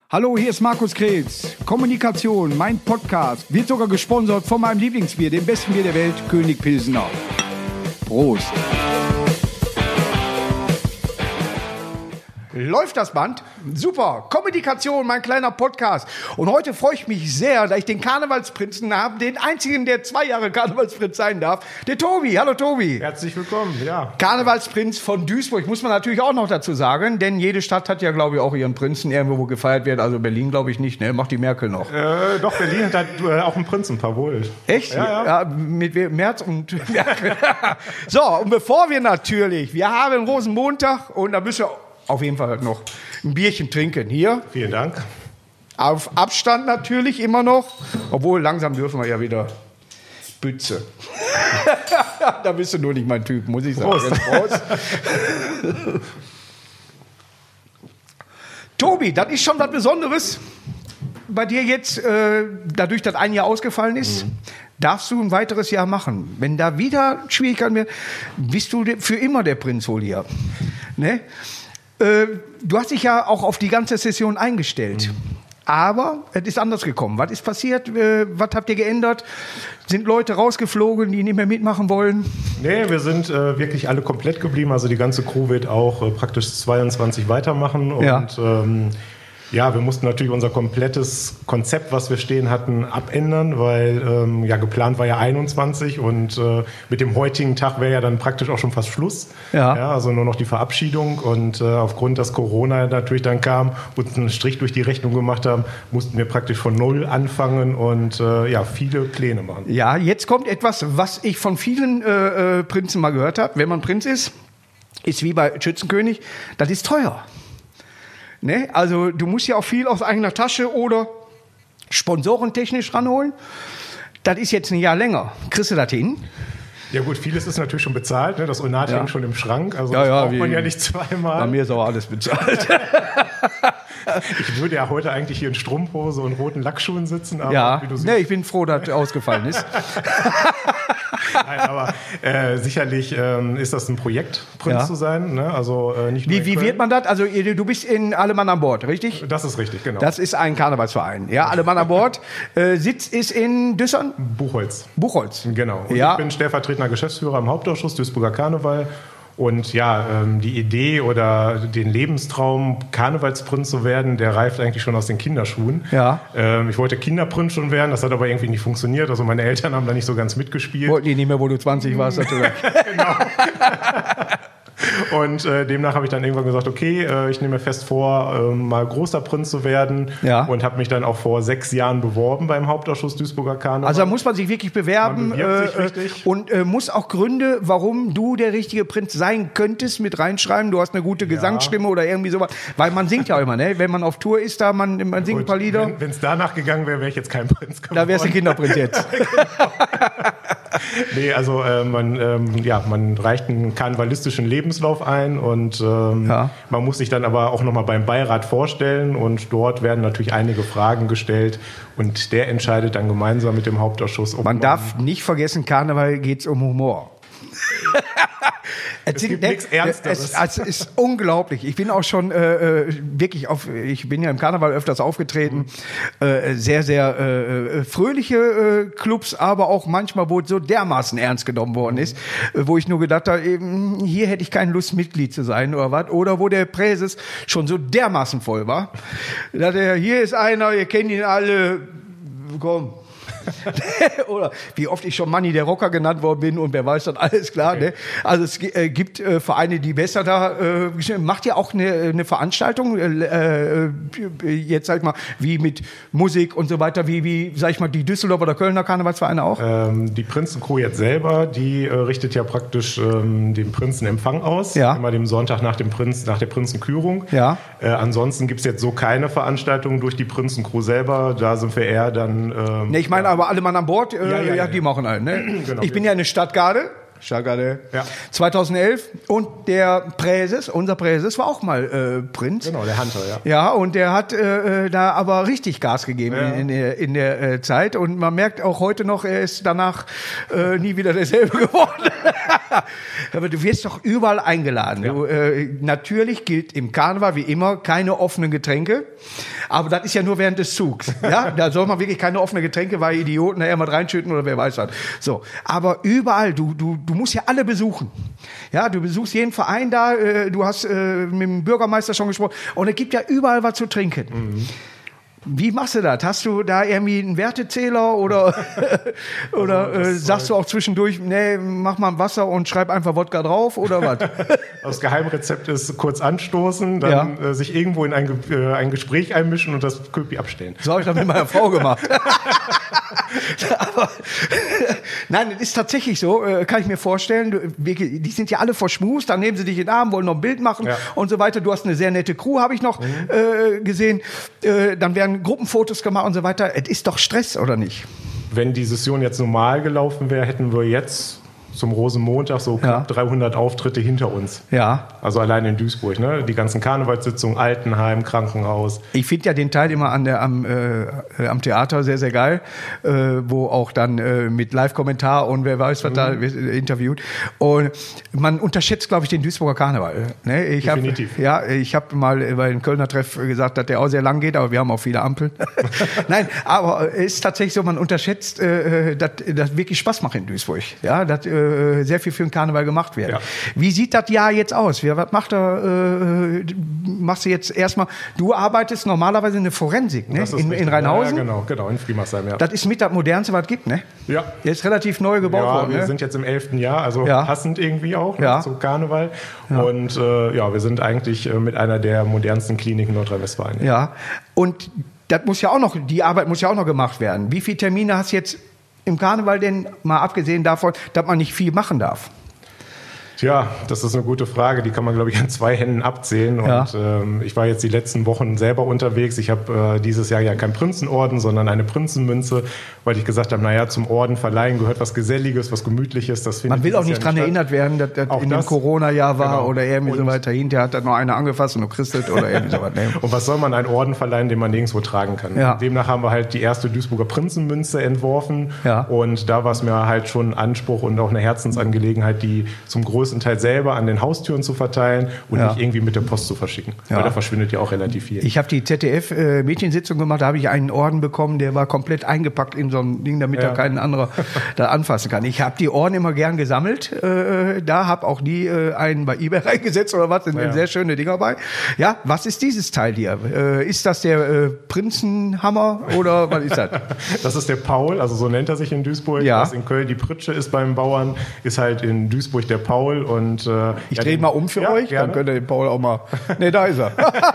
Hallo, hier ist Markus Krebs. Kommunikation, mein Podcast, wird sogar gesponsert von meinem Lieblingsbier, dem besten Bier der Welt, König Pilsener. Prost. Läuft das Band? Super. Kommunikation, mein kleiner Podcast. Und heute freue ich mich sehr, da ich den Karnevalsprinzen habe, den einzigen, der 2 Jahre Karnevalsprinz sein darf, der Tobi. Hallo Tobi. Herzlich willkommen, ja. Karnevalsprinz von Duisburg, muss man natürlich auch noch dazu sagen, denn jede Stadt hat ja, glaube ich, auch ihren Prinzen irgendwo, wo gefeiert wird. Also Berlin, glaube ich, nicht, ne? Macht die Merkel noch. Doch, Berlin hat auch einen Prinzenpaar wohl. Echt? Ja. Mit Merz und Merkel. So, und bevor wir haben Rosenmontag und da müssen wir auf jeden Fall noch ein Bierchen trinken. Hier. Vielen Dank. Auf Abstand natürlich immer noch. Obwohl, langsam dürfen wir ja wieder Bütze. Da bist du nur nicht mein Typ, muss ich sagen. Prost. Tobi, das ist schon was Besonderes. Bei dir jetzt, dadurch, dass ein Jahr ausgefallen ist, darfst du ein weiteres Jahr machen. Wenn da wieder Schwierigkeiten werden, bist du für immer der Prinz wohl hier. Ne? Du hast dich ja auch auf die ganze Session eingestellt. Aber es ist anders gekommen. Was ist passiert? Was habt ihr geändert? Sind Leute rausgeflogen, die nicht mehr mitmachen wollen? Nee, wir sind wirklich alle komplett geblieben. Also die ganze Crew wird auch praktisch 22 weitermachen. Und ja, wir mussten natürlich unser komplettes Konzept, was wir stehen hatten, abändern, weil geplant war ja 21 und mit dem heutigen Tag wäre ja dann praktisch auch schon fast Schluss. Ja, also nur noch die Verabschiedung und aufgrund, dass Corona natürlich dann kam und einen Strich durch die Rechnung gemacht haben, mussten wir praktisch von Null anfangen und viele Pläne machen. Ja, jetzt kommt etwas, was ich von vielen Prinzen mal gehört habe. Wenn man Prinz ist wie bei Schützenkönig, das ist teuer. Ne? Also du musst ja auch viel aus eigener Tasche oder sponsorentechnisch ranholen. Das ist jetzt ein Jahr länger. Kriegst du das hin? Ja gut, vieles ist natürlich schon bezahlt. Ne? Das Ornat hängt schon im Schrank. Also das braucht man ja nicht zweimal. Bei mir ist auch alles bezahlt. Ich würde ja heute eigentlich hier in Strumpfhose und roten Lackschuhen sitzen. Aber wie du siehst, ich bin froh, dass das ausgefallen ist. Nein, aber sicherlich ist das ein Projekt, Prinz zu sein. Ne? Also, nicht nur wie wird man das? Also du bist in Alle Mann an Bord, richtig? Das ist richtig, genau. Das ist ein Karnevalsverein. Ja, Alle Mann an Bord. Sitz ist in Düssern? Buchholz. Genau. Und ich bin stellvertretender Geschäftsführer im Hauptausschuss Duisburger Karneval. Und die Idee oder den Lebenstraum, Karnevalsprinz zu werden, der reift eigentlich schon aus den Kinderschuhen. Ja. Ich wollte Kinderprinz schon werden, das hat aber irgendwie nicht funktioniert. Also meine Eltern haben da nicht so ganz mitgespielt. Wollten die nicht mehr, wo du 20 warst, natürlich. Genau. Und demnach habe ich dann irgendwann gesagt, okay, ich nehme mir fest vor, mal großer Prinz zu werden. Ja. Und habe mich dann auch vor 6 Jahren beworben beim Hauptausschuss Duisburger Karneval. Also da muss man sich wirklich bewerben sich richtig. Und muss auch Gründe, warum du der richtige Prinz sein könntest, mit reinschreiben. Du hast eine gute Gesangsstimme oder irgendwie sowas. Weil man singt ja immer, ne? Wenn man auf Tour ist, man singt ein paar Lieder. Wenn es danach gegangen wäre, wäre ich jetzt kein Prinz geworden. Da wärst du Kinderprinz jetzt. Genau. Nee, also man reicht einen karnevalistischen Lebenslauf ein und man muss sich dann aber auch nochmal beim Beirat vorstellen und dort werden natürlich einige Fragen gestellt und der entscheidet dann gemeinsam mit dem Hauptausschuss. Man darf nicht vergessen, Karneval geht es um Humor. Es gibt nichts Ernsteres. Es ist unglaublich. Ich bin auch schon ich bin ja im Karneval öfters aufgetreten, sehr, sehr fröhliche Clubs, aber auch manchmal, wo es so dermaßen ernst genommen worden ist, wo ich nur gedacht habe, eben, hier hätte ich keine Lust, Mitglied zu sein oder was. Oder wo der Präses schon so dermaßen voll war. Da dachte er, hier ist einer, ihr kennt ihn alle, komm. Oder wie oft ich schon Manni der Rocker genannt worden bin und wer weiß das, alles klar. Okay. Ne? Also es gibt Vereine, die besser da macht ja auch eine Veranstaltung jetzt sag ich mal wie mit Musik und so weiter, wie sag ich mal die Düsseldorfer oder Kölner Karnevalsvereine auch? Die Prinzencrew jetzt selber, die richtet ja praktisch den Prinzenempfang aus, immer dem Sonntag nach der Prinzenkürung. Ja. Ansonsten gibt es jetzt so keine Veranstaltungen durch die Prinzencrew selber, da sind wir eher dann ne, ich meine aber Alle Mann an Bord, die machen einen. Ne? Genau, ich bin ja eine Stadtgarde. 2011 und unser Präses war auch mal Prinz. Genau, der Hunter, Ja, und der hat da aber richtig Gas gegeben in der Zeit und man merkt auch heute noch, er ist danach nie wieder derselbe geworden. Aber du wirst doch überall eingeladen. Ja. Du, natürlich gilt im Karneval wie immer keine offenen Getränke. Aber das ist ja nur während des Zugs. Ja, da soll man wirklich keine offenen Getränke, weil Idioten da mal reinschütten oder wer weiß was. So. Aber überall, du musst ja alle besuchen. Ja, du besuchst jeden Verein da, du hast mit dem Bürgermeister schon gesprochen. Und es gibt ja überall was zu trinken. Mhm. Wie machst du das? Hast du da irgendwie einen Wertezähler oder sagst du auch zwischendurch, nee, mach mal ein Wasser und schreib einfach Wodka drauf oder was? Das Geheimrezept ist kurz anstoßen, dann sich irgendwo in ein Gespräch einmischen und das Köpi abstellen. So habe ich das mit meiner Frau gemacht. Aber, nein, das ist tatsächlich so, kann ich mir vorstellen. Die sind ja alle verschmust, dann nehmen sie dich in den Arm, wollen noch ein Bild machen und so weiter. Du hast eine sehr nette Crew, habe ich noch gesehen. Dann werden Gruppenfotos gemacht und so weiter. Es ist doch Stress, oder nicht? Wenn die Session jetzt normal gelaufen wäre, hätten wir jetzt zum Rosenmontag so knapp 300 Auftritte hinter uns. Ja. Also allein in Duisburg, ne? Die ganzen Karnevalssitzungen, Altenheim, Krankenhaus. Ich finde ja den Teil immer am Theater sehr, sehr geil, wo auch dann mit Live-Kommentar und wer weiß, was da interviewt. Und man unterschätzt, glaube ich, den Duisburger Karneval. Ne? Definitiv. Ich habe mal bei dem Kölner Treff gesagt, dass der auch sehr lang geht, aber wir haben auch viele Ampeln. Nein, aber es ist tatsächlich so, man unterschätzt, dass das wirklich Spaß macht in Duisburg. Ja, dass sehr viel für den Karneval gemacht wird. Ja. Wie sieht das Jahr jetzt aus? Was machst du jetzt erstmal? Du arbeitest normalerweise in der Forensik, ne? In Rheinhausen? Ja, genau, in Friemersheim, ja. Das ist mit das Modernste, was es gibt, ne? Ja. Der ist relativ neu gebaut worden. Wir sind jetzt im 11. Jahr, also passend irgendwie auch zum Karneval. Ja. Und wir sind eigentlich mit einer der modernsten Kliniken Nordrhein-Westfalen. Ja, und das muss ja auch noch, die Arbeit muss ja auch noch gemacht werden. Wie viele Termine hast du jetzt im Karneval denn, mal abgesehen davon, dass man nicht viel machen darf? Tja, das ist eine gute Frage. Die kann man, glaube ich, an 2 Händen abzählen. Und ich war jetzt die letzten Wochen selber unterwegs. Ich habe dieses Jahr ja keinen Prinzenorden, sondern eine Prinzenmünze, weil ich gesagt habe, naja, zum Orden verleihen gehört was Geselliges, was Gemütliches. Das man will auch nicht daran erinnert werden, dass das in dem Corona-Jahr war oder irgendwie so weiter. Hinterher hat das noch einer angefasst und du kriegst das oder irgendwie so was. Und was soll man einen Orden verleihen, den man nirgendwo tragen kann? Ja. Demnach haben wir halt die erste Duisburger Prinzenmünze entworfen. Ja. Und da war es mir halt schon ein Anspruch und auch eine Herzensangelegenheit, die zum größten Teil selber an den Haustüren zu verteilen und nicht irgendwie mit der Post zu verschicken. Weil da verschwindet ja auch relativ viel. Ich habe die ZDF-Mädchensitzung gemacht, da habe ich einen Orden bekommen, der war komplett eingepackt in so ein Ding, damit da kein anderer da anfassen kann. Ich habe die Orden immer gern gesammelt. Da habe auch die einen bei eBay reingesetzt oder was, sind sehr schöne Dinger bei. Ja, was ist dieses Teil hier? Ist das der Prinzenhammer oder was ist das? Das ist der Paul, also so nennt er sich in Duisburg. Was in Köln die Pritsche ist beim Bauern, ist halt in Duisburg der Paul. Und, ich drehe mal um für euch, gerne. Dann könnt ihr den Paul auch mal... Ne, da ist er.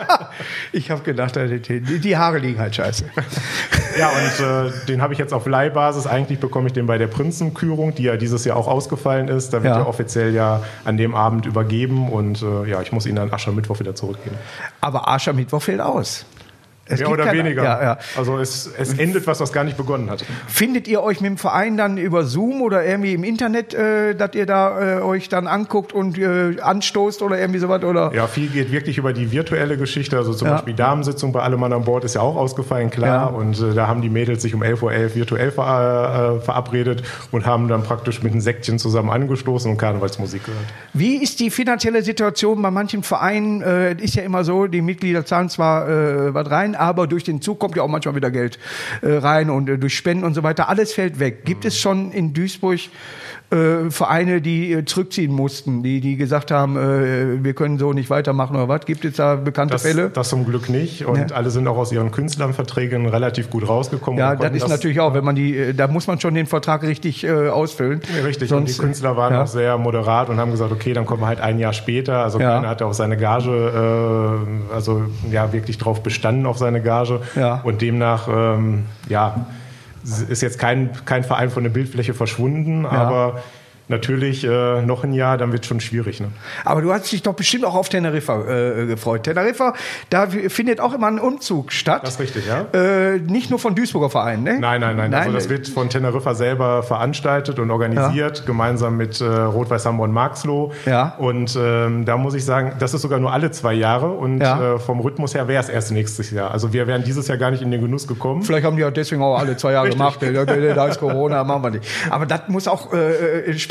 Ich habe gedacht, die Haare liegen halt scheiße. Ja, und den habe ich jetzt auf Leihbasis. Eigentlich bekomme ich den bei der Prinzenkürung, die ja dieses Jahr auch ausgefallen ist. Da wird er offiziell an dem Abend übergeben und ich muss ihn dann Aschermittwoch wieder zurückgeben. Aber Aschermittwoch fällt aus. Mehr oder weniger. Also es endet was gar nicht begonnen hat. Findet ihr euch mit dem Verein dann über Zoom oder irgendwie im Internet, dass ihr da euch dann anguckt und anstoßt oder irgendwie sowas? Oder? Ja, viel geht wirklich über die virtuelle Geschichte. Also zum Beispiel Damensitzung bei Allem an Bord ist ja auch ausgefallen, klar. Ja. Und da haben die Mädels sich um 11:11 Uhr virtuell verabredet und haben dann praktisch mit einem Säckchen zusammen angestoßen und Karnevalsmusik gehört. Wie ist die finanzielle Situation bei manchen Vereinen? Ist ja immer so, die Mitglieder zahlen zwar was rein, aber durch den Zug kommt ja auch manchmal wieder Geld rein und durch Spenden und so weiter. Alles fällt weg. Gibt es schon in Duisburg Vereine, die zurückziehen mussten, die gesagt haben, wir können so nicht weitermachen oder was? Gibt es da bekannte Fälle? Das zum Glück nicht. Und alle sind auch aus ihren Künstlernverträgen relativ gut rausgekommen. Ja, das ist natürlich auch, wenn man da muss man schon den Vertrag richtig ausfüllen. Ja, richtig. Sonst, und die Künstler waren auch sehr moderat und haben gesagt, okay, dann kommen wir halt ein Jahr später. Also keiner hat auch seine Gage, wirklich drauf bestanden auf seine Gage. Ja. Und demnach, ist jetzt kein Verein von der Bildfläche verschwunden, aber natürlich noch ein Jahr, dann wird es schon schwierig. Ne? Aber du hast dich doch bestimmt auch auf Teneriffa gefreut. Teneriffa, da findet auch immer ein Umzug statt. Das ist richtig, ja. Nicht nur von Duisburger Vereinen, ne? Nein. Also das wird von Teneriffa selber veranstaltet und organisiert, gemeinsam mit Rot-Weiß Hamborn-Marxloh. Ja. Und da muss ich sagen, das ist sogar nur alle 2 Jahre und vom Rhythmus her wäre es erst nächstes Jahr. Also wir wären dieses Jahr gar nicht in den Genuss gekommen. Vielleicht haben die auch deswegen auch alle 2 Jahre gemacht. Da ist Corona, machen wir nicht. Aber das muss auch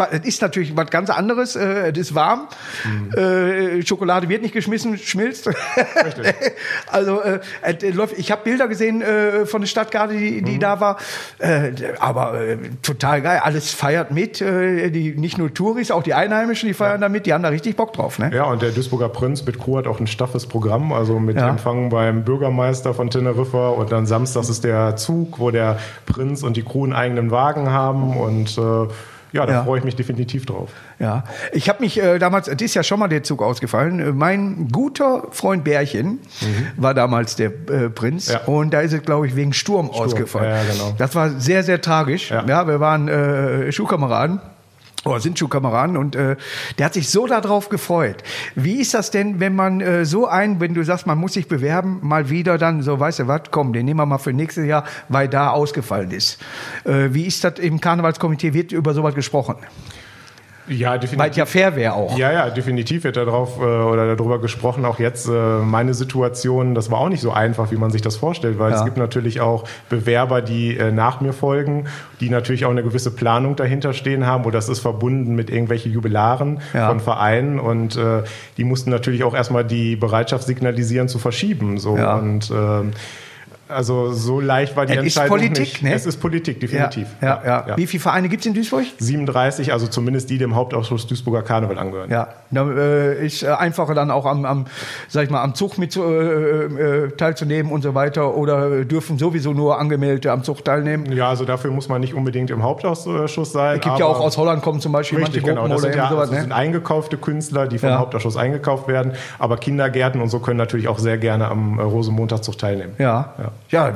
es ist natürlich was ganz anderes. Es ist warm. Schokolade wird nicht geschmissen, schmilzt. Also ich habe Bilder gesehen von der Stadt gerade, die da war. Aber total geil. Alles feiert mit. Nicht nur Touris, auch die Einheimischen, die feiern damit. Die haben da richtig Bock drauf. Ne? Ja, und der Duisburger Prinz mit Crew hat auch ein staffes Programm. Also mit Empfang beim Bürgermeister von Teneriffa. Und dann samstags ist der Zug, wo der Prinz und die Crew einen eigenen Wagen haben. Und da freue ich mich definitiv drauf. Ja, ich habe mich damals, es ist ja schon mal der Zug ausgefallen, mein guter Freund Bärchen war damals der Prinz und da ist es, glaube ich, wegen Sturm ausgefallen. Ja, genau. Das war sehr, sehr tragisch. Ja, wir waren Schulkameraden. Sind Schulkameraden und der hat sich so darauf gefreut. Wie ist das denn, wenn man wenn du sagst, man muss sich bewerben, mal wieder dann so, weißt du was, komm, den nehmen wir mal für nächstes Jahr, weil da ausgefallen ist. Wie ist das im Karnevalskomitee, wird über sowas gesprochen? Ja, definitiv. Weil es ja fair wäre auch. Ja, definitiv wird darüber gesprochen. Auch jetzt meine Situation, das war auch nicht so einfach, wie man sich das vorstellt, weil es gibt natürlich auch Bewerber, die nach mir folgen, die natürlich auch eine gewisse Planung dahinter stehen haben, oder das ist verbunden mit irgendwelchen Jubilaren von Vereinen und die mussten natürlich auch erstmal die Bereitschaft signalisieren zu verschieben. So. Ja. Und also so leicht war die Entscheidung nicht. Es ist Politik, ne? Es ist Politik, definitiv. Ja. Wie viele Vereine gibt es in Duisburg? 37, also zumindest die dem Hauptausschuss Duisburger Karneval angehören. Ja, da ist einfacher dann auch am Zug mit teilzunehmen und so weiter, oder dürfen sowieso nur Angemeldete am Zug teilnehmen? Ja, also dafür muss man nicht unbedingt im Hauptausschuss sein. Es gibt ja auch aus Holland kommen zum Beispiel manche Gruppen das sind eingekaufte Künstler, die vom Hauptausschuss eingekauft werden, aber Kindergärten und so können natürlich auch sehr gerne am Rosenmontagszug teilnehmen. Ja,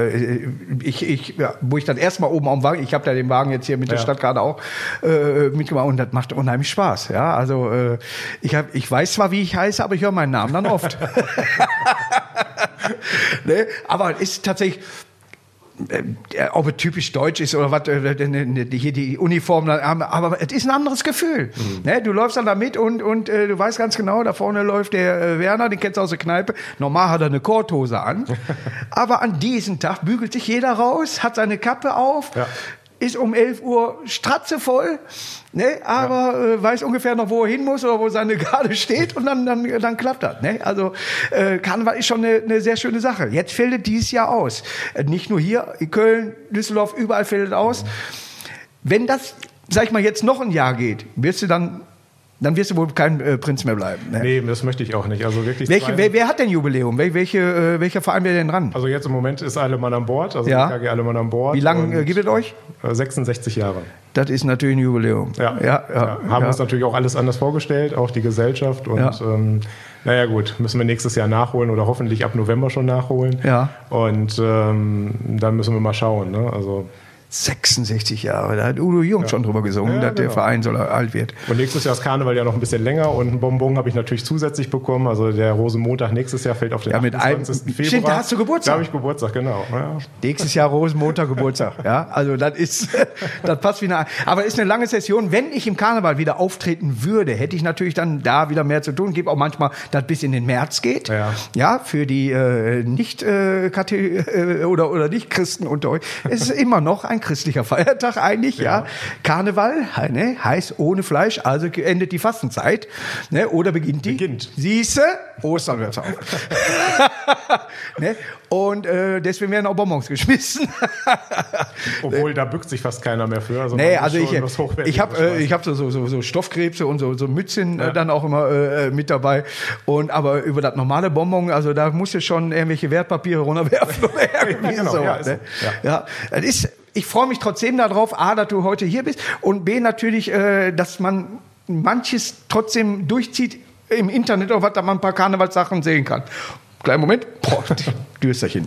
wo ich dann erstmal oben am Wagen, ich habe da den Wagen jetzt hier mit der Stadt gerade auch mitgemacht und das macht unheimlich Spaß. Ja, also ich weiß zwar, wie ich heiße, aber ich höre meinen Namen dann oft. Ne? Aber es ist tatsächlich, ob es typisch deutsch ist oder was, hier die Uniformen, aber es ist ein anderes Gefühl. Ne? Du läufst dann da mit und du weißt ganz genau, da vorne läuft der Werner, den kennst du aus der Kneipe. Normal hat er eine Korthose an, aber an diesem Tag bügelt sich jeder raus, hat seine Kappe auf, ist um 11 Uhr stratzevoll, ne? Aber weiß ungefähr noch, wo er hin muss oder wo seine Garde steht und dann klappt das. Ne? Also Karneval ist schon eine sehr schöne Sache. Jetzt fällt es dieses Jahr aus. Nicht nur hier, in Köln, Düsseldorf, überall fällt es aus. Wenn das, sag ich mal, jetzt noch ein Jahr geht, wirst du dann wirst du wohl kein Prinz mehr bleiben. Ne? Nee, das möchte ich auch nicht. Also wirklich. Wer hat denn Jubiläum? Welcher Verein wäre denn dran? Also jetzt im Moment ist Allemann an Bord, also die KG Allemann an Bord. Wie lange gibt es euch? 66 Jahre. Das ist natürlich ein Jubiläum. Haben uns natürlich auch alles anders vorgestellt, auch die Gesellschaft. Und naja gut, müssen wir nächstes Jahr nachholen oder hoffentlich ab November schon nachholen. Ja. Und dann müssen wir mal schauen. Ne? Also 66 Jahre, da hat Udo Jung schon drüber gesungen, dass der Verein so alt wird. Und nächstes Jahr ist Karneval ja noch ein bisschen länger und einen Bonbon habe ich natürlich zusätzlich bekommen. Also der Rosenmontag nächstes Jahr fällt auf den 28. Februar. Stimmt, da hast du Geburtstag. Da habe ich Geburtstag, genau. Ja. Nächstes Jahr Rosenmontag Geburtstag. Ja, also das passt wieder. Aber es ist eine lange Session. Wenn ich im Karneval wieder auftreten würde, hätte ich natürlich dann da wieder mehr zu tun. Gibt auch manchmal, dass bis in den März geht. Ja, für die nicht oder nicht Christen unter euch. Es ist immer noch ein christlicher Feiertag eigentlich, ja. Karneval, ne, heißt ohne Fleisch, also endet die Fastenzeit, ne, oder beginnt die? Siehste, Ostern hört's auf. Ne? Und deswegen werden auch Bonbons geschmissen. Obwohl, da bückt sich fast keiner mehr für. Also nee, also ich hab so Stoffkrebse und so Mützchen dann auch immer mit dabei. Aber über das normale Bonbon, also da musst du schon irgendwelche Wertpapiere runterwerfen. Ich freue mich trotzdem darauf, A, dass du heute hier bist und B, natürlich, dass man manches trotzdem durchzieht im Internet, oder was, da man ein paar Karnevalssachen sehen kann. Kleinen Moment. Boah, Dürsterchen.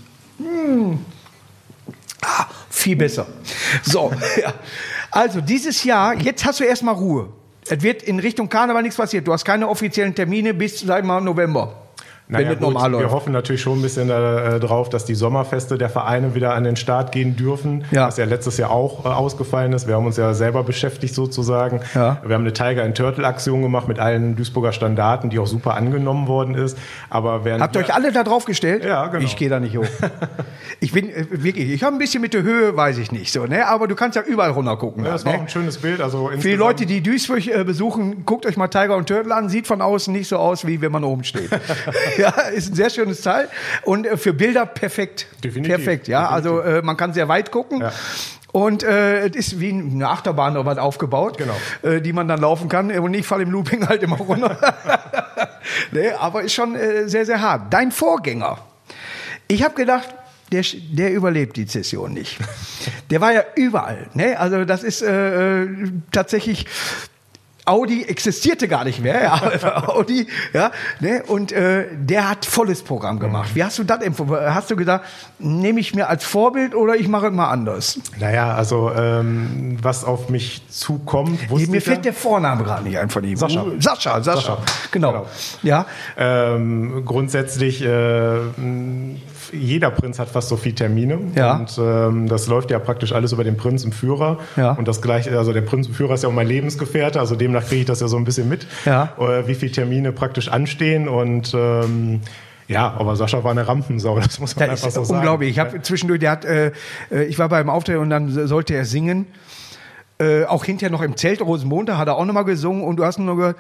Viel besser. So, ja. Also dieses Jahr, jetzt hast du erstmal Ruhe. Es wird in Richtung Karneval nichts passiert. Du hast keine offiziellen Termine bis, sag mal, November. wenn es normal läuft. Wir hoffen natürlich schon ein bisschen drauf, dass die Sommerfeste der Vereine wieder an den Start gehen dürfen, was ja letztes Jahr auch ausgefallen ist. Wir haben uns ja selber beschäftigt sozusagen. Ja. Wir haben eine Tiger and Turtle Aktion gemacht mit allen Duisburger Standarten, die auch super angenommen worden ist. Aber habt ihr euch alle da drauf gestellt? Ja, genau. Ich gehe da nicht hoch. Ich bin wirklich, ich habe ein bisschen mit der Höhe, weiß ich nicht so, ne? Aber du kannst ja überall runter gucken. Ja, das war auch ein schönes Bild. Also für die Leute, die Duisburg besuchen, guckt euch mal Tiger und Turtle an. Sieht von außen nicht so aus, wie wenn man oben steht. Ja, ist ein sehr schönes Teil und für Bilder perfekt. Definitiv. Perfekt, ja. Definitiv. Also man kann sehr weit gucken. Ja. Und es ist wie eine Achterbahn oder was aufgebaut, die man dann laufen kann. Und ich falle im Looping halt immer runter. Nee, aber ist schon sehr, sehr hart. Dein Vorgänger, ich habe gedacht, der überlebt die Session nicht. Der war ja überall. Ne? Also das ist tatsächlich... Audi existierte gar nicht mehr, ja, Audi, ja, ne? Und der hat volles Programm gemacht. Wie hast du das empfunden? Hast du gedacht, nehme ich mir als Vorbild oder ich mache es mal anders? Naja, also was auf mich zukommt, wusste mir fällt der Vorname gerade nicht ein von ihm. Sascha. Genau. Ja. Grundsätzlich jeder Prinz hat fast so viele Termine und das läuft ja praktisch alles über den Prinzenführer und das gleiche, also der Prinzenführer ist ja auch mein Lebensgefährte, also demnach kriege ich das ja so ein bisschen mit, wie viele Termine praktisch anstehen und aber Sascha war eine Rampensau, das muss man einfach so sagen. Unglaublich, ich habe zwischendurch, ich war beim Auftritt und dann sollte er singen, auch hinterher noch im Zelt, Rosenmontag hat er auch nochmal gesungen und du hast nur gehört,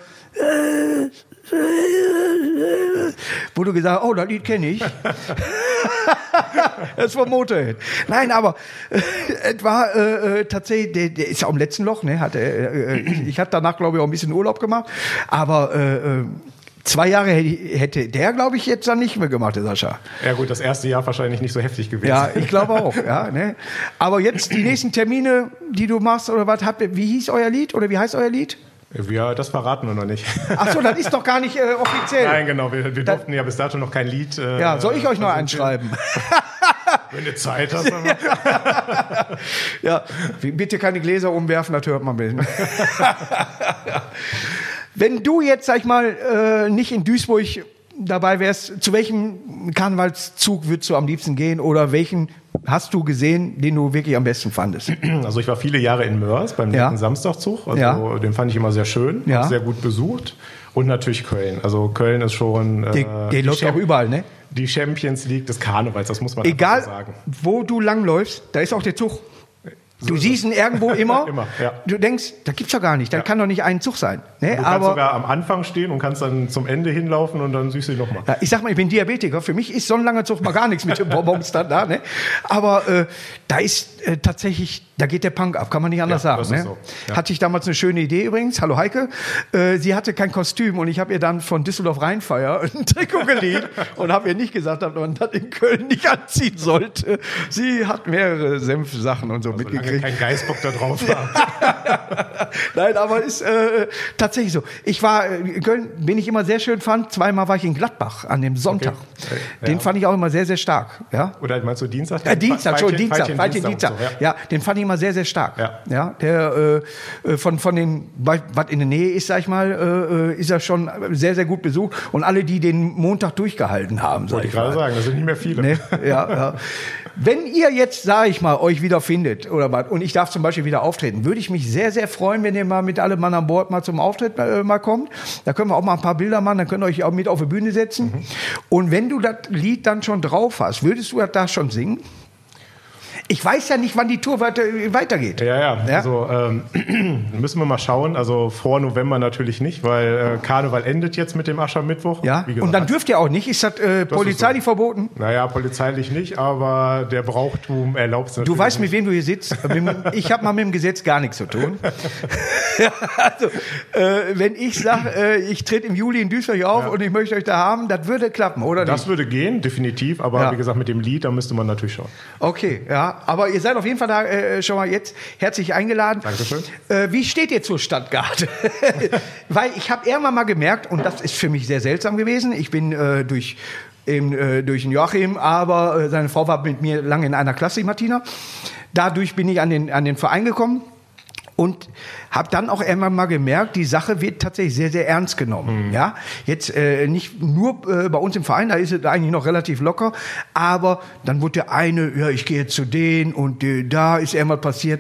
wo du gesagt hast, oh, das Lied kenne ich. Das war Motorhead. Nein, aber es war tatsächlich, der ist ja am letzten Loch, ne? Ich hatte danach, glaube ich, auch ein bisschen Urlaub gemacht, aber 2 Jahre hätte der, glaube ich, jetzt dann nicht mehr gemacht, der Sascha. Ja gut, das erste Jahr wahrscheinlich nicht so heftig gewesen. Ja, ich glaube auch. Ja, ne? Aber jetzt die nächsten Termine, die du machst oder was, wie hieß euer Lied oder wie heißt euer Lied? Ja, das verraten wir noch nicht. Ach so, das ist doch gar nicht offiziell. Nein, genau. Wir durften ja bis dato noch kein Lied. Ja, soll ich euch noch einschreiben? Wenn du Zeit hast. Ja, bitte keine Gläser umwerfen, das hört man nicht. Wenn du jetzt, sag ich mal, nicht in Duisburg dabei wärst, zu welchem Karnevalszug würdest du am liebsten gehen oder welchen hast du gesehen, den du wirklich am besten fandest? Also ich war viele Jahre in Mörs beim letzten Samstagszug, also den fand ich immer sehr schön, sehr gut besucht und natürlich Köln. Also Köln ist schon... Der läuft auch überall, ne? Die Champions League des Karnevals, das muss man einfach so sagen. Egal, wo du langläufst, da ist auch der Zug. Du siehst ihn irgendwo immer. Immer, ja. Du denkst, da gibt's doch gar nicht. Da kann doch nicht ein Zug sein. Ne? Du kannst sogar am Anfang stehen und kannst dann zum Ende hinlaufen und dann siehst du ihn nochmal. Ja, ich sag mal, ich bin Diabetiker. Für mich ist so ein langer Zug mal gar nichts mit dem Bonbons da. Ne? Aber da ist tatsächlich, da geht der Punk ab. Kann man nicht anders sagen. Das ne? ist so. Ja. Hatte ich damals eine schöne Idee übrigens. Hallo Heike. Sie hatte kein Kostüm und ich habe ihr dann von Düsseldorf Rheinfeier ein Trikot geliehen und habe ihr nicht gesagt, dass man das in Köln nicht anziehen sollte. Sie hat mehrere Senfsachen und so mitgekriegt. Kein Geißbock da drauf war. Nein, aber ist tatsächlich so. Ich war in Köln, den ich immer sehr schön fand. 2-mal war ich in Gladbach an dem Sonntag. Okay. Den fand ich auch immer sehr, sehr stark. Ja? Oder meinst du Dienstag? Dienstag. Dienstag. Ja, den fand ich immer sehr, sehr stark. Ja, der von den, was in der Nähe ist, sag ich mal, ist er schon sehr, sehr gut besucht. Und alle, die den Montag durchgehalten haben, wollte ich gerade sagen, das sind nicht mehr viele. Ne? Ja. Wenn ihr jetzt, sag ich mal, euch wieder findet oder was, und ich darf zum Beispiel wieder auftreten, würde ich mich sehr, sehr freuen, wenn ihr mal mit allem Mann an Bord mal zum Auftritt mal kommt. Da können wir auch mal ein paar Bilder machen, dann könnt ihr euch auch mit auf die Bühne setzen. Und wenn du das Lied dann schon drauf hast, würdest du das schon singen? Ich weiß ja nicht, wann die Tour weitergeht. Ja. Also müssen wir mal schauen. Also vor November natürlich nicht, weil Karneval endet jetzt mit dem Aschermittwoch. Ja, wie gesagt, und dann dürft ihr auch nicht. Ist das polizeilich verboten? Naja, polizeilich nicht, aber der Brauchtum erlaubt es natürlich. Du weißt, mit wem du hier sitzt. Ich habe mal mit dem Gesetz gar nichts zu tun. Also, wenn ich sage, ich trete im Juli in Duisburg auf und ich möchte euch da haben, das würde klappen, oder das nicht? Würde gehen, definitiv. Aber wie gesagt, mit dem Lied, da müsste man natürlich schauen. Okay, ja. Aber ihr seid auf jeden Fall da schon mal jetzt herzlich eingeladen. Dankeschön. Wie steht ihr zur Stadtgarde? Weil ich habe irgendwann mal gemerkt, und das ist für mich sehr seltsam gewesen, ich bin durch den Joachim, aber seine Frau war mit mir lange in einer Klasse, Martina. Dadurch bin ich an den Verein gekommen. Und habe dann auch irgendwann mal gemerkt, die Sache wird tatsächlich sehr, sehr ernst genommen. Ja, jetzt nicht nur bei uns im Verein, da ist es eigentlich noch relativ locker, aber dann wurde der eine, ja, ich gehe jetzt zu denen und da ist irgendwas passiert.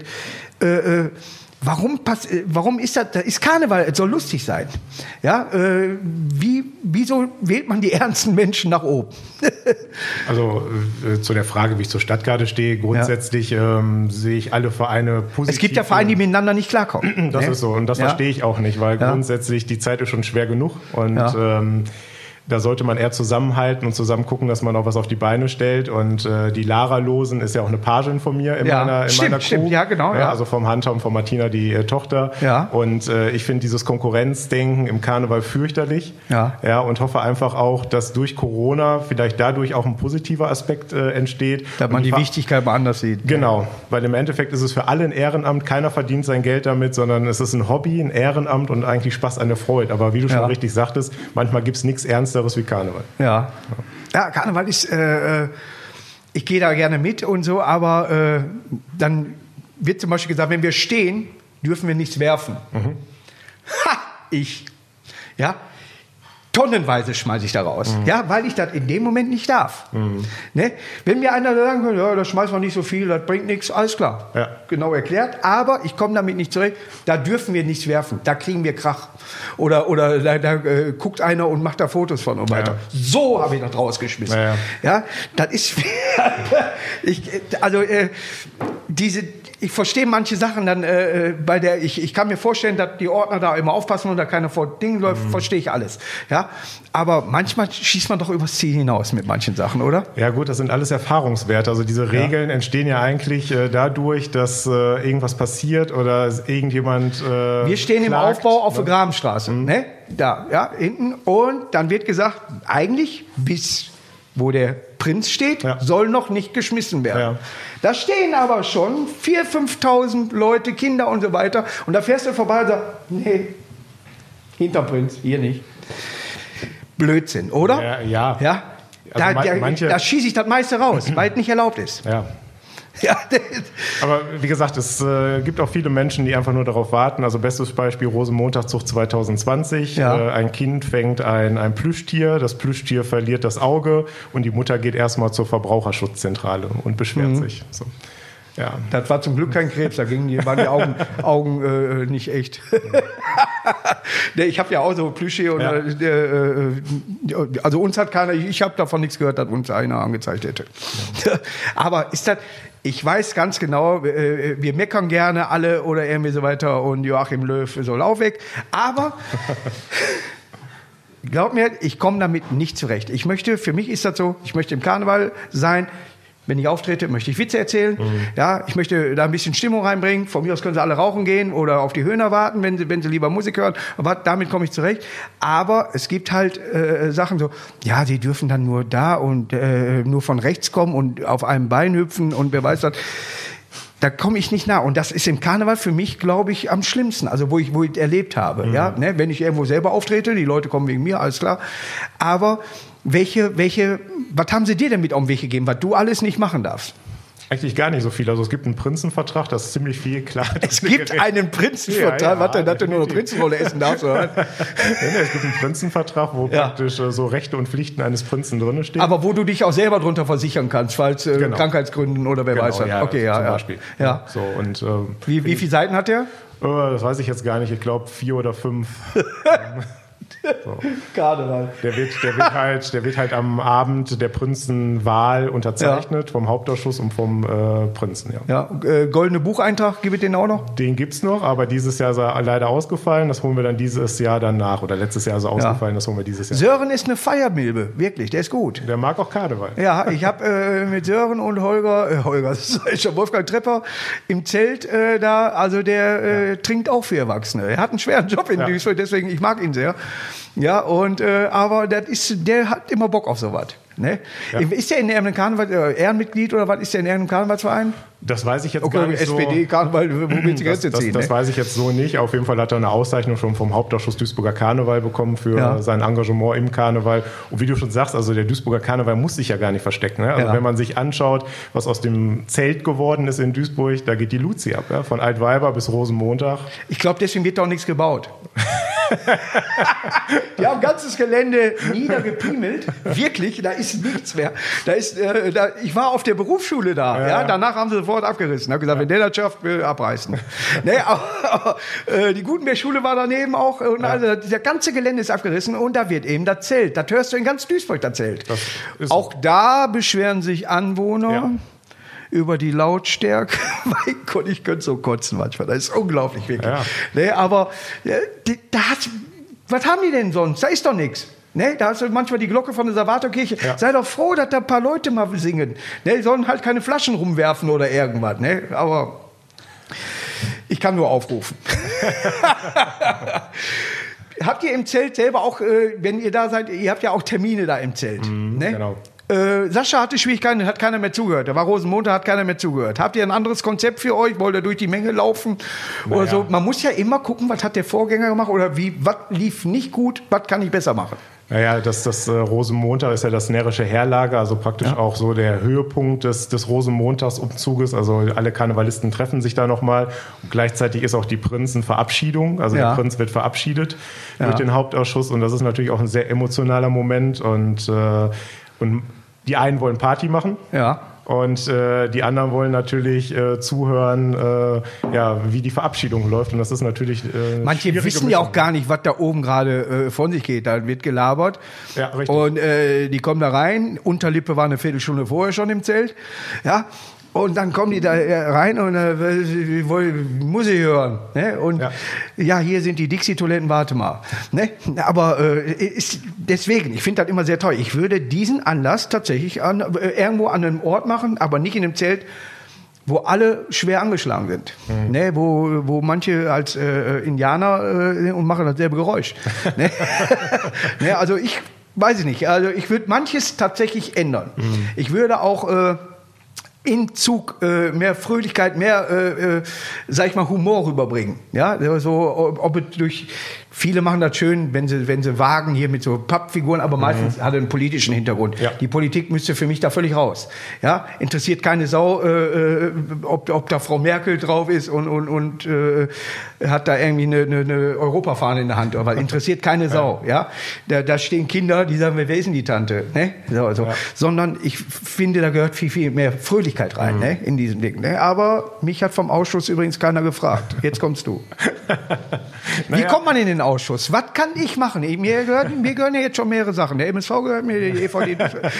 Warum ist das? Da ist Karneval, es soll lustig sein. Ja, wieso wählt man die ernsten Menschen nach oben? Also zu der Frage, wie ich zur Stadtgarde stehe, grundsätzlich sehe ich alle Vereine positiv. Es gibt ja Vereine, die miteinander nicht klarkommen. Das ist so und das verstehe ich auch nicht, weil grundsätzlich die Zeit ist schon schwer genug und da sollte man eher zusammenhalten und zusammen gucken, dass man auch was auf die Beine stellt. Und die Lara Losen ist ja auch eine Pagin von mir in meiner Crew. Stimmt, ja, genau. Ja. Also vom Hunter und von Martina, die Tochter. Ja. Und ich finde dieses Konkurrenzdenken im Karneval fürchterlich. Ja. Und hoffe einfach auch, dass durch Corona vielleicht dadurch auch ein positiver Aspekt entsteht. Dass man die Wichtigkeit mal anders sieht. Genau, weil im Endeffekt ist es für alle ein Ehrenamt. Keiner verdient sein Geld damit, sondern es ist ein Hobby, ein Ehrenamt und eigentlich Spaß an der Freude. Aber wie du schon richtig sagtest, manchmal gibt es nichts Ernstes wie Karneval. Ja, Karneval ist, ich gehe da gerne mit und so, aber dann wird zum Beispiel gesagt, wenn wir stehen, dürfen wir nichts werfen. Ja, tonnenweise schmeiße ich da raus, ja, weil ich das in dem Moment nicht darf. Ne? Wenn mir einer sagen kann, ja, das schmeißt man nicht so viel, das bringt nichts, alles klar, genau erklärt, aber ich komme damit nicht zurecht, da dürfen wir nichts werfen, da kriegen wir Krach. Oder da guckt einer und macht da Fotos von und weiter. So habe ich das rausgeschmissen. Ja, das ist, ich verstehe manche Sachen dann ich kann mir vorstellen, dass die Ordner da immer aufpassen und da keiner vor Dingen läuft, verstehe ich alles. Ja, aber manchmal schießt man doch übers Ziel hinaus mit manchen Sachen, oder? Ja gut, das sind alles Erfahrungswerte. Also diese Regeln entstehen ja eigentlich dadurch, dass irgendwas passiert oder irgendjemand wir stehen klagt, im Aufbau auf der Grabenstraße, ne? Da, ja, hinten. Und dann wird gesagt, eigentlich bis wo der Prinz steht, soll noch nicht geschmissen werden. Ja. Da stehen aber schon 4.000, 5.000 Leute, Kinder und so weiter. Und da fährst du vorbei und sagst, nee, hinterm Prinz, hier nicht. Blödsinn, oder? Ja. Also da schieße ich das meiste raus, weil es nicht erlaubt ist. Ja. Aber wie gesagt, es gibt auch viele Menschen, die einfach nur darauf warten. Also bestes Beispiel Rosenmontagszug 2020. Ein Kind fängt ein Plüschtier, das Plüschtier verliert das Auge und die Mutter geht erstmal zur Verbraucherschutzzentrale und beschwert sich. So. Ja. Das war zum Glück kein Krebs, da waren die Augen nicht echt. Ich habe ja auch so Plüschtier und also uns hat keiner, ich habe davon nichts gehört, dass uns einer angezeigt hätte. Aber ist das, ich weiß ganz genau, wir meckern gerne alle oder irgendwie so weiter und Joachim Löw soll auch weg, aber glaub mir, ich komme damit nicht zurecht. Für mich ist das so, ich möchte im Karneval sein. Wenn ich auftrete, möchte ich Witze erzählen. Ja, ich möchte da ein bisschen Stimmung reinbringen. Von mir aus können sie alle rauchen gehen oder auf die Höhner warten, wenn sie lieber Musik hören. Aber damit komme ich zurecht. Aber es gibt halt Sachen so, ja, sie dürfen dann nur da und nur von rechts kommen und auf einem Bein hüpfen und wer weiß was. Da komme ich nicht nah. Und das ist im Karneval für mich, glaube ich, am schlimmsten. Also wo ich erlebt habe. Ja, ne? Wenn ich irgendwo selber auftrete, die Leute kommen wegen mir, alles klar. Aber was haben sie dir denn mit auf den Weg gegeben, was du alles nicht machen darfst? Eigentlich gar nicht so viel. Also es gibt einen Prinzenvertrag, das ist ziemlich viel, klar. Es gibt einen Prinzenvertrag, was denn, dass du nur eine Prinzenrolle essen darfst, oder? Es gibt einen Prinzenvertrag, wo praktisch so Rechte und Pflichten eines Prinzen drin stehen. Aber wo du dich auch selber drunter versichern kannst, falls Krankheitsgründen oder wer weiß was. Okay, zum Beispiel. Ja. So, und, wie viele Seiten hat der? Das weiß ich jetzt gar nicht. Ich glaube 4 oder 5. So. Karneval. Der wird halt am Abend der Prinzenwahl unterzeichnet vom Hauptausschuss und vom Prinzen. Goldene Bucheintrag, gibt es den auch noch? Den gibt's noch, aber dieses Jahr ist er leider ausgefallen. Das holen wir dann dieses Jahr dann nach. Oder letztes Jahr ist er ausgefallen, das holen wir dieses Jahr. Sören ist eine Feiermilbe, wirklich, der ist gut. Der mag auch Karneval. Ja, ich habe mit Sören und das ist schon Wolfgang Trepper im Zelt da, also der trinkt auch für Erwachsene. Er hat einen schweren Job in Duisburg, deswegen, ich mag ihn sehr. Ja, und aber der hat immer Bock auf sowas. Ne? Ja. Ist der in irgendeinem Karneval Ehrenmitglied oder was? Ist der in irgendeinem Karnevalsverein? Das weiß ich jetzt gar nicht SPD, so. Karneval, wo willst du Grenze ziehen? Das weiß ich jetzt so nicht. Auf jeden Fall hat er eine Auszeichnung schon vom Hauptausschuss Duisburger Karneval bekommen für sein Engagement im Karneval. Und wie du schon sagst, also der Duisburger Karneval muss sich ja gar nicht verstecken. Ne? Also wenn man sich anschaut, was aus dem Zelt geworden ist in Duisburg, da geht die Luzi ab. Ja? Von Altweiber bis Rosenmontag. Ich glaube, deswegen wird da auch nichts gebaut. Die haben ganzes Gelände niedergepiemelt. Wirklich, da ist nichts mehr. Ich war auf der Berufsschule da. Ja. Danach haben sie sofort abgerissen. Ich habe gesagt, wenn der das schafft, will abreißen. Nee, aber die Gutenberg-Schule war daneben auch. Und also, das ganze Gelände ist abgerissen. Und da wird eben das Zelt. Das hörst du in ganz Duisburg, das Zelt. Auch da beschweren sich Anwohner. Ja. Über die Lautstärke. Mein Gott, ich könnte so kotzen manchmal. Das ist unglaublich, wirklich. Ja. Nee, aber was haben die denn sonst? Da ist doch nichts. Ne, da hast du manchmal die Glocke von der Salvatorkirche. Ja. Sei doch froh, dass da ein paar Leute mal singen. Ne, die sollen halt keine Flaschen rumwerfen oder irgendwas. Ne? Aber ich kann nur aufrufen. Habt ihr im Zelt selber auch, wenn ihr da seid, ihr habt ja auch Termine da im Zelt. Ne? Genau. Sascha hatte Schwierigkeiten, hat keiner mehr zugehört. Da war Rosenmontag, hat keiner mehr zugehört. Habt ihr ein anderes Konzept für euch? Wollt ihr durch die Menge laufen? Oder so? Man muss ja immer gucken, was hat der Vorgänger gemacht oder was lief nicht gut, was kann ich besser machen? Naja, das Rosenmontag ist ja das närrische Heerlager, also praktisch auch so der Höhepunkt des Rosenmontagsumzuges. Also alle Karnevalisten treffen sich da nochmal. Und gleichzeitig ist auch die Prinzenverabschiedung. Also der Prinz wird verabschiedet durch den Hauptausschuss. Und das ist natürlich auch ein sehr emotionaler Moment. Und die einen wollen Party machen. Ja. Und die anderen wollen natürlich zuhören, wie die Verabschiedung läuft. Und das ist natürlich manche wissen ja auch gar nicht, was da oben gerade von sich geht. Da wird gelabert. Ja, richtig. Und die kommen da rein. Unterlippe war eine Viertelstunde vorher schon im Zelt. Ja. Und dann kommen die da rein und muss ich hören. Ne? Und hier sind die Dixie-Toiletten, warte mal. Ne? Aber deswegen, ich finde das immer sehr toll. Ich würde diesen Anlass tatsächlich irgendwo an einem Ort machen, aber nicht in einem Zelt, wo alle schwer angeschlagen sind. Ne? Wo manche als Indianer und machen dasselbe Geräusch. Ne? Ne? Also ich weiß ich nicht. Also ich würde manches tatsächlich ändern. Ich würde auch im Zug mehr Fröhlichkeit, mehr, sag ich mal, Humor rüberbringen. Ja, so, ob es durch, viele machen das schön, wenn sie wagen hier mit so Pappfiguren, aber meistens hat er einen politischen Hintergrund. Ja. Die Politik müsste für mich da völlig raus. Ja, interessiert keine Sau, ob da Frau Merkel drauf ist und hat da irgendwie eine Europafahne in der Hand, aber interessiert keine Sau. Ja, da stehen Kinder, die sagen, wer ist denn die Tante? Ne? So. Ja. Sondern ich finde, da gehört viel, viel mehr Fröhlichkeit rein, ne? In diesem Ding. Ne? Aber mich hat vom Ausschuss übrigens keiner gefragt. Jetzt kommst du. Wie kommt man in den Ausschuss? Was kann ich machen? Mir gehören ja jetzt schon mehrere Sachen. Der MSV gehört mir, die EVD.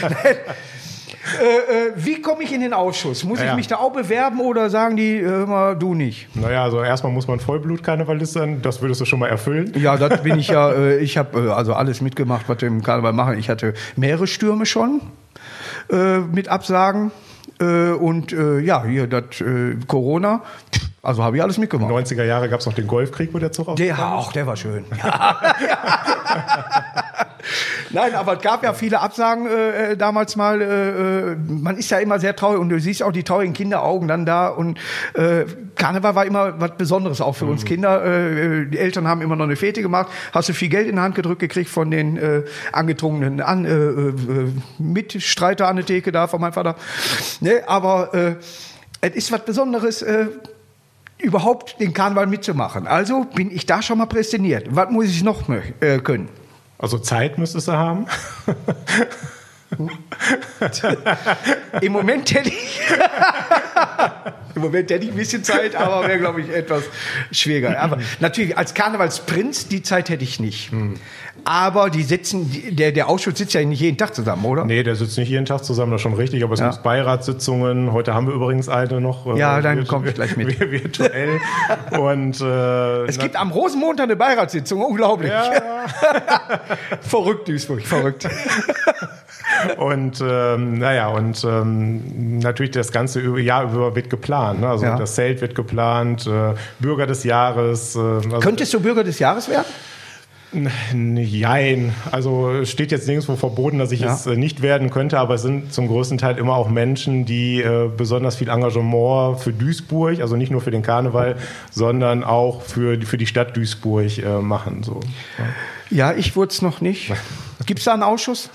Wie komme ich in den Ausschuss? Muss ich mich da auch bewerben oder sagen die immer, du nicht? Naja, also erstmal muss man Vollblut-Karnevalist sein. Das würdest du schon mal erfüllen. Ja, das bin ich ja. Ich habe also alles mitgemacht, was wir im Karneval machen. Ich hatte mehrere Stürme schon mit Absagen. Hier, das Corona, also habe ich alles mitgemacht. 90er Jahre gab es noch den Golfkrieg, wo der Zug aufgegangen ist. Der war schön. Nein, aber es gab ja viele Absagen damals mal. Man ist ja immer sehr traurig und du siehst auch die traurigen Kinderaugen dann da. Und Karneval war immer was Besonderes auch für uns Kinder. Die Eltern haben immer noch eine Fete gemacht. Hast du viel Geld in die Hand gedrückt gekriegt von den angetrunkenen Mitstreiter an der Theke da von meinem Vater. Ne, aber es ist was Besonderes, überhaupt den Karneval mitzumachen. Also bin ich da schon mal prädestiniert. Was muss ich noch können? Also Zeit müsstest du haben. Im Moment hätte ich ein bisschen Zeit, aber wäre, glaube ich, etwas schwieriger. Aber natürlich, als Karnevalsprinz, die Zeit hätte ich nicht. Aber der Ausschuss sitzt ja nicht jeden Tag zusammen, oder? Nee, der sitzt nicht jeden Tag zusammen, das ist schon richtig. Aber es gibt Beiratssitzungen. Heute haben wir übrigens eine noch. Ja, dann komme ich gleich mit. Virtuell. Und, es gibt am Rosenmontag eine Beiratssitzung, unglaublich. Ja. Verrückt, Duisburg, verrückt. Und natürlich das ganze Jahr über wird geplant. Ne? Also das Zelt wird geplant, Bürger des Jahres. Könntest du Bürger des Jahres werden? Nein, also es steht jetzt nirgendwo verboten, dass ich es nicht werden könnte, aber es sind zum größten Teil immer auch Menschen, die besonders viel Engagement für Duisburg, also nicht nur für den Karneval, sondern auch für die Stadt Duisburg machen. So. Ja, ich wurde es noch nicht. Gibt es da einen Ausschuss?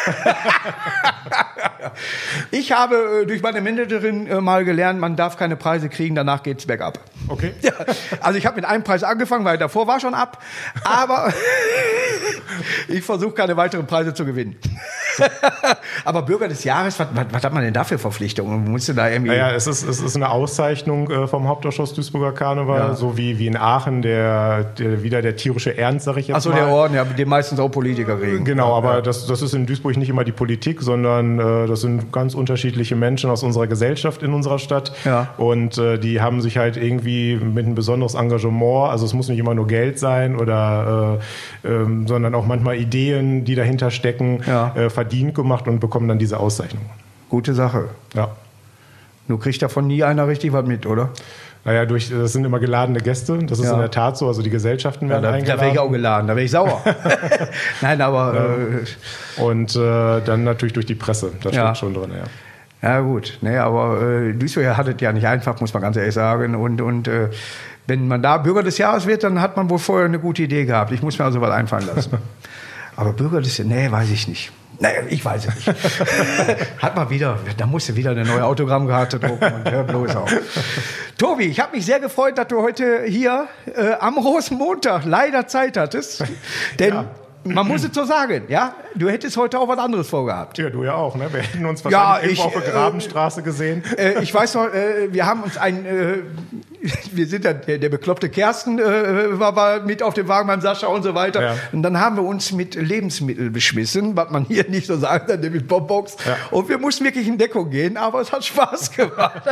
Ich habe durch meine Managerin mal gelernt, man darf keine Preise kriegen, danach geht's bergab. Okay. Ja, also ich habe mit einem Preis angefangen, weil davor war schon ab, aber ich versuche keine weiteren Preise zu gewinnen. Aber Bürger des Jahres, was hat man denn da für Verpflichtungen? Musst du da irgendwie? Naja, es ist eine Auszeichnung vom Hauptausschuss Duisburger Karneval, so wie in Aachen der tierische Ernst, sag ich jetzt mal. Achso, der Orden, ja, mit dem meistens auch Politiker reden. Genau, aber das ist in Duisburg nicht immer die Politik, sondern das sind ganz unterschiedliche Menschen aus unserer Gesellschaft in unserer Stadt. Ja. Und die haben sich halt irgendwie mit ein besonderes Engagement, also es muss nicht immer nur Geld sein oder sondern auch manchmal Ideen, die dahinter stecken, verdient gemacht und bekommen dann diese Auszeichnung. Gute Sache. Ja. Nur kriegt davon nie einer richtig was mit, oder? Naja, das sind immer geladene Gäste, das ist in der Tat so, also die Gesellschaften werden eingeladen. Da wäre ich auch geladen, da wäre ich sauer. Nein, aber... und dann natürlich durch die Presse, das steht schon drin, ja. Ja gut, nee, aber Duisburg hat es ja nicht einfach, muss man ganz ehrlich sagen. Und wenn man da Bürger des Jahres wird, dann hat man wohl vorher eine gute Idee gehabt. Ich muss mir also was einfallen lassen. Aber Bürger des Jahres, nee, weiß ich nicht. Naja, ich weiß es nicht. Hat mal wieder, da musst du wieder eine neue Autogrammkarte drucken und hör bloß auf. Tobi, ich habe mich sehr gefreut, dass du heute hier am Rosenmontag leider Zeit hattest. Denn man muss es so sagen, ja, du hättest heute auch was anderes vorgehabt. Ja, du ja auch, ne? Wir hätten uns wahrscheinlich irgendwo auf der Grabenstraße gesehen. Ich weiß noch, wir haben uns wir sind ja, der bekloppte Kersten war mit auf dem Wagen beim Sascha und so weiter. Ja. Und dann haben wir uns mit Lebensmitteln beschmissen, was man hier nicht so sagt, nämlich Bonbons. Ja. Und wir mussten wirklich in Deckung gehen, aber es hat Spaß gemacht.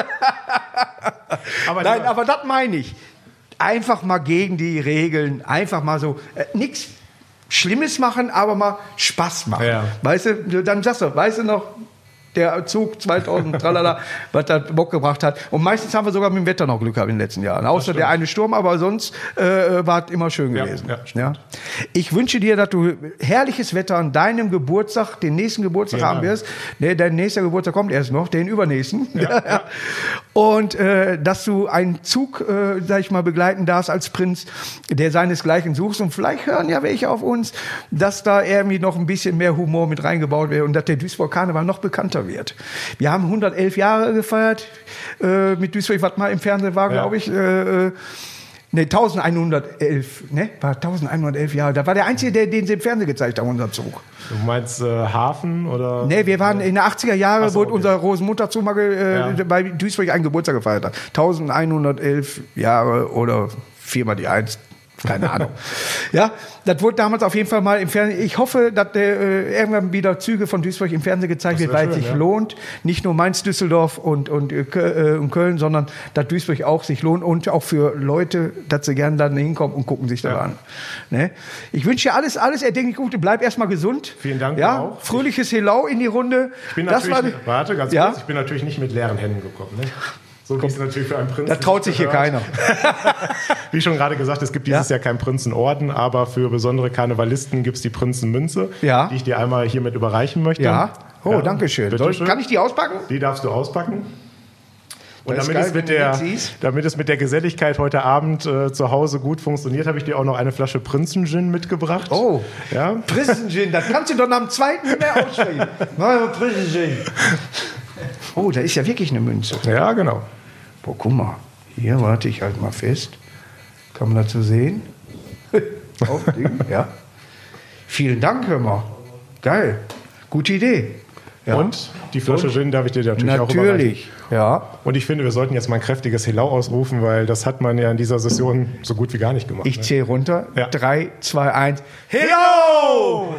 Aber das meine ich. Einfach mal gegen die Regeln, einfach mal so, nichts Schlimmes machen, aber mal Spaß machen. Ja. Weißt du, dann sagst du, weißt du noch, der Zug 2000, tralala, was da Bock gebracht hat. Und meistens haben wir sogar mit dem Wetter noch Glück gehabt in den letzten Jahren. Außer der eine Sturm, aber sonst war es immer schön gewesen. Ja. Ich wünsche dir, dass du herrliches Wetter an deinem Geburtstag, den nächsten Geburtstag haben wirst. Dein nächster Geburtstag kommt erst noch, den übernächsten. Ja. Und dass du einen Zug, sag ich mal, begleiten darfst als Prinz, der seinesgleichen suchst. Und vielleicht hören ja welche auf uns, dass da irgendwie noch ein bisschen mehr Humor mit reingebaut wird und dass der Duisburg Karneval noch bekannter wird. Wir haben 111 Jahre gefeiert mit Duisburg, was mal im Fernsehen war, glaube ich. 1111, ne? War 1111 Jahre. Da war der Einzige, den sie im Fernsehen gezeigt haben, unser Zug. Du meinst Hafen oder? Ne, wir waren in den 80er Jahren, wo unser Rosenmontagszug mal bei Duisburg einen Geburtstag gefeiert hat. 1111 Jahre oder 4 mal die 1. Keine Ahnung. Ja, das wurde damals auf jeden Fall mal im Fernsehen. Ich hoffe, dass irgendwann wieder Züge von Duisburg im Fernsehen gezeigt wird, weil es sich lohnt. Nicht nur Mainz, Düsseldorf und Köln, sondern dass Duisburg auch sich lohnt und auch für Leute, dass sie gerne da hinkommen und gucken sich da an. Ne? Ich wünsche dir alles erdenklich Gute. Bleib erstmal gesund. Vielen Dank auch. Fröhliches Helau in die Runde. Ich bin natürlich, warte ganz kurz, ich bin natürlich nicht mit leeren Händen gekommen. Ne? So wie es natürlich für einen Prinzen. Da traut sich hier keiner. Wie schon gerade gesagt, es gibt dieses Jahr keinen Prinzenorden, aber für besondere Karnevalisten gibt es die Prinzenmünze, die ich dir einmal hiermit überreichen möchte. Ja. Oh, danke schön. Kann ich die auspacken? Die darfst du auspacken. Und damit es mit der Geselligkeit heute Abend zu Hause gut funktioniert, habe ich dir auch noch eine Flasche Prinzen-Gin mitgebracht. Oh, ja? Prinzen-Gin, das kannst du doch am zweiten nicht mehr aussprechen. Prinzen-Gin. Oh, da ist ja wirklich eine Münze. Ja, genau. Boah, guck mal. Hier, warte, ich halte mal fest. Kann man dazu sehen? Ja. Vielen Dank, hör mal. Geil. Gute Idee. Ja. Und die Flasche Gin darf ich dir natürlich auch überreichen. Natürlich, ja. Und ich finde, wir sollten jetzt mal ein kräftiges Helau ausrufen, weil das hat man ja in dieser Session so gut wie gar nicht gemacht. Ich zähle runter. Ja. 3, 2, 1. Helau!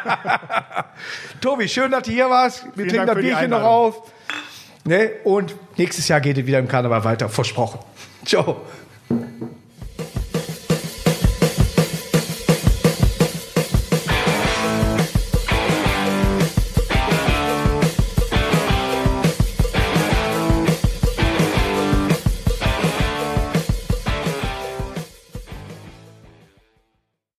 Tobi, schön, dass du hier warst. Wir trinken das Bierchen noch auf. Ne? Und nächstes Jahr geht es wieder im Karneval weiter. Versprochen. Ciao.